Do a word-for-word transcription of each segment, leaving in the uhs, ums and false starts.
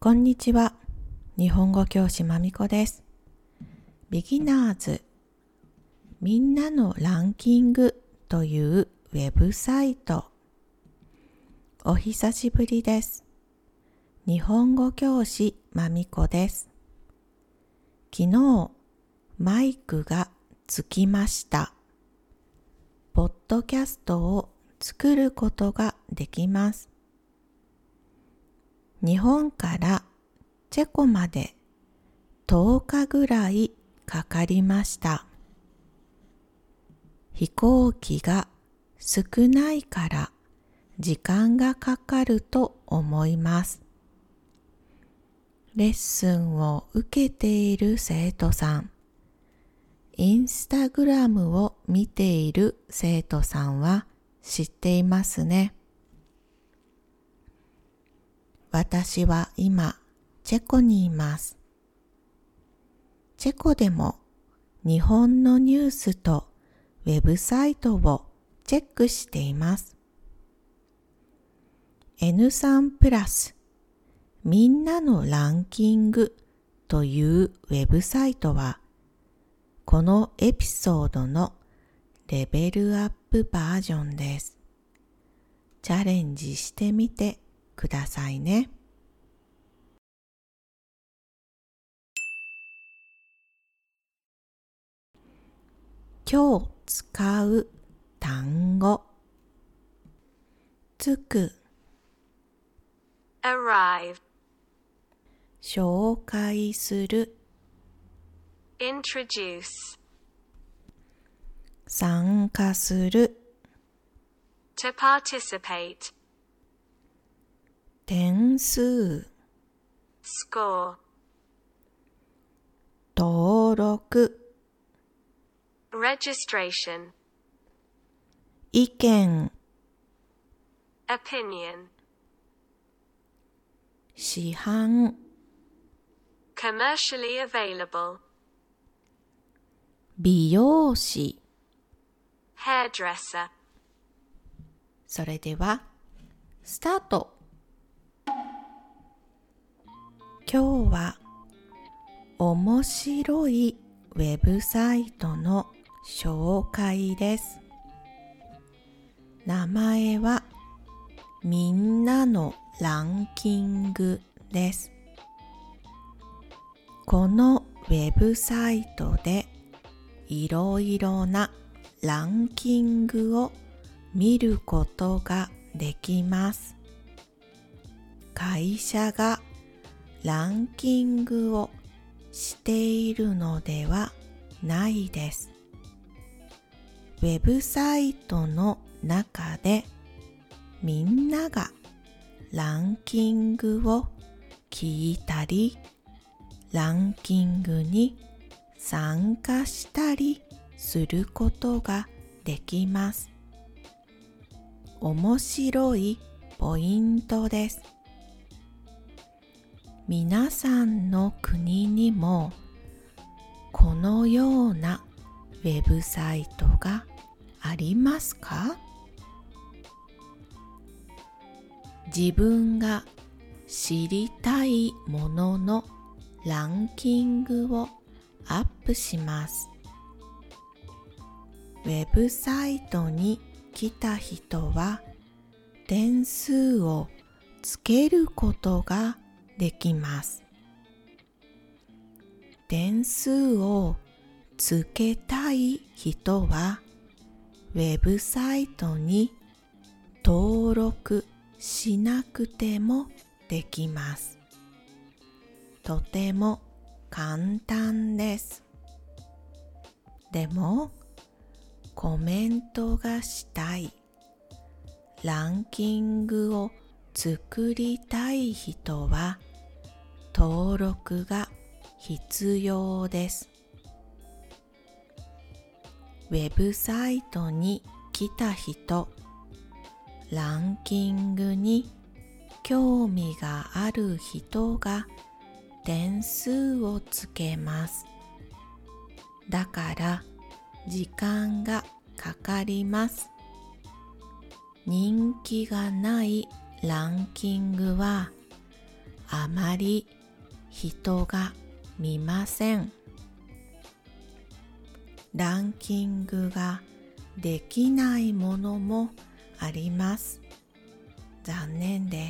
こんにちは。日本語教師まみこです。ビギナーズみんなのランキングというウェブサイト。お久しぶりです。日本語教師まみこです。昨日マイクがつきました。ポッドキャストを作ることができます。日本からチェコまでとおかぐらいかかりました。飛行機が少ないから時間がかかると思います。レッスンを受けている生徒さん、インスタグラムを見ている生徒さんは知っていますね。私は今、チェコにいます。チェコでも日本のニュースとウェブサイトをチェックしています。エヌスリー プラスみんなのランキングというウェブサイトは、このエピソードのレベルアップバージョンです。チャレンジしてみてくださいね。今日使う単語。つく arrive, 紹介する introduce, 参加する to participate, 点数 score, 登録 registration, 意見 opinion, 市販 commercially available, 美容師。 hairdresser. それではスタート。今日は面白いウェブサイトの紹介です。名前はみんなのランキングです。このウェブサイトでいろいろなランキングを見ることができます。会社がランキングをしているのではないです。ウェブサイトの中でみんながランキングを聞いたり、ランキングに参加したりすることができます。面白いポイントです。皆さんの国にもこのようなウェブサイトがありますか？自分が知りたいもののランキングをアップします。ウェブサイトに来た人は点数をつけることができます。点数をつけたい人はウェブサイトに登録しなくてもできます。とても簡単です。でもコメントがしたい、ランキングを作りたい人は登録が必要です。ウェブサイトに来た人、ランキングに興味がある人が点数をつけます。だから時間がかかります。人気がないランキングはあまり人が見ません。ランキングができないものもあります。残念です。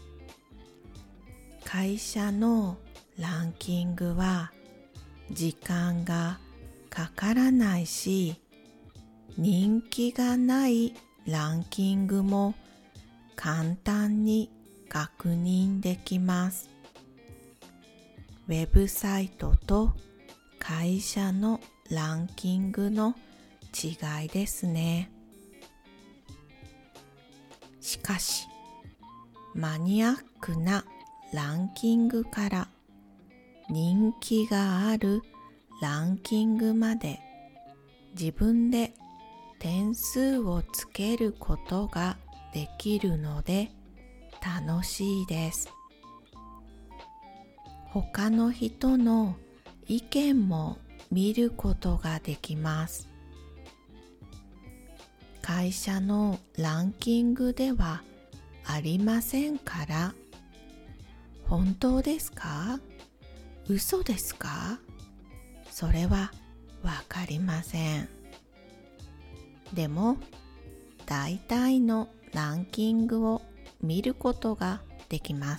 会社のランキングは時間がかからないし、人気がないランキングも簡単に確認できます。ウェブサイトと会社のランキングの違いですね。しかし、マニアックなランキングから人気があるランキングまで自分で点数をつけることができるので楽しいです。他の人の意見も見ることができます。会社のランキングではありませんから、本当ですか？嘘ですか？それはわかりません。でも、大体のランキングを見ることができます。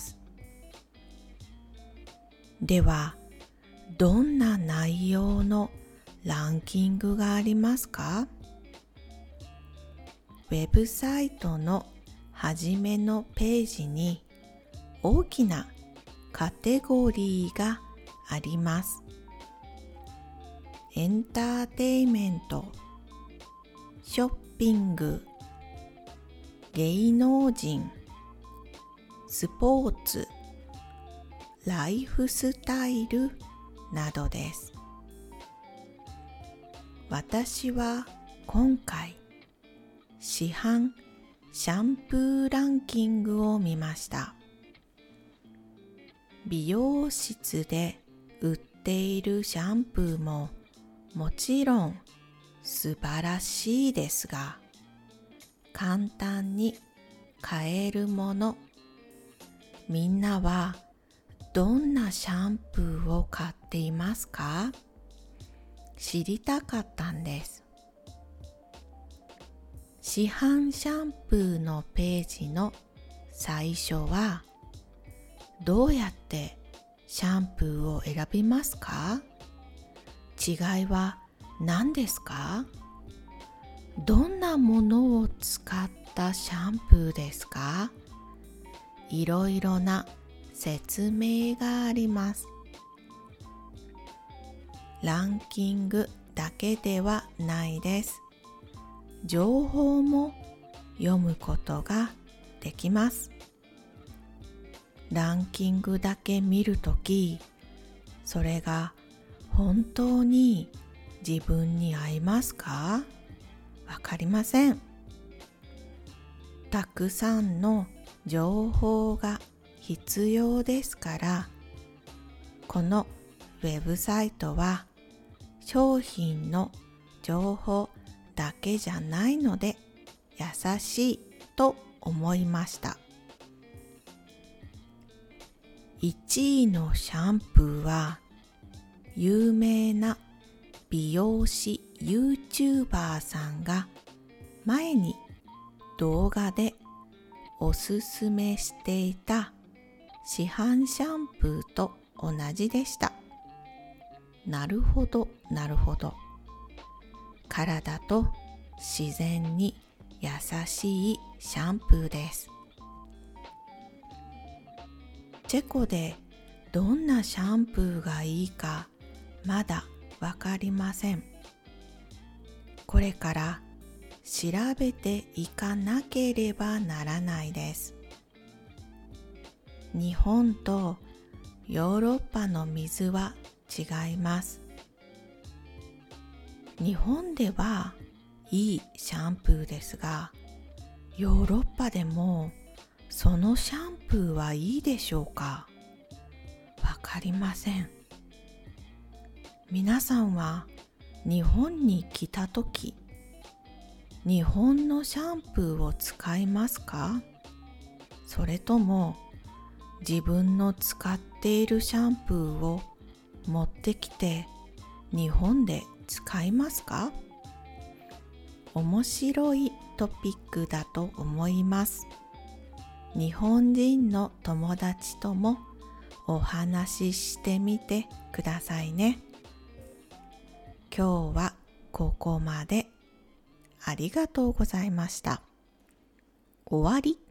では、どんな内容のランキングがありますか？ウェブサイトのはじめのページに大きなカテゴリーがあります。エンターテイメント、ショッピング、芸能人、スポーツ、ライフスタイルなどです。私は今回市販シャンプーランキングを見ました。美容室で売っているシャンプーももちろん素晴らしいですが、簡単に買えるもの、みんなはどんなシャンプーを買っていますか？知りたかったんです。市販シャンプーのページの最初は、どうやってシャンプーを選びますか？違いは何ですか？どんなものを使ったシャンプーですか？いろいろな説明があります。ランキングだけではないです。情報も読むことができます。ランキングだけ見るとき、それが本当に自分に合いますか？わかりません。たくさんの情報が必要ですから、このウェブサイトは商品の情報だけじゃないので優しいと思いました。いちいのシャンプーは有名な美容師 YouTuber さんが前に動画でおすすめしていた市販シャンプーと同じでした。なるほど、なるほど。体と自然に優しいシャンプーです。チェコでどんなシャンプーがいいかまだわかりません。これから調べていかなければならないです。日本とヨーロッパの水は違います。日本ではいいシャンプーですが、ヨーロッパでもそのシャンプーはいいでしょうか？わかりません。皆さんは日本に来たとき、日本のシャンプーを使いますか？それとも自分の使っているシャンプーを持ってきて日本で使いますか？面白いトピックだと思います。日本人の友達ともお話ししてみてくださいね。今日はここまで。ありがとうございました。終わり。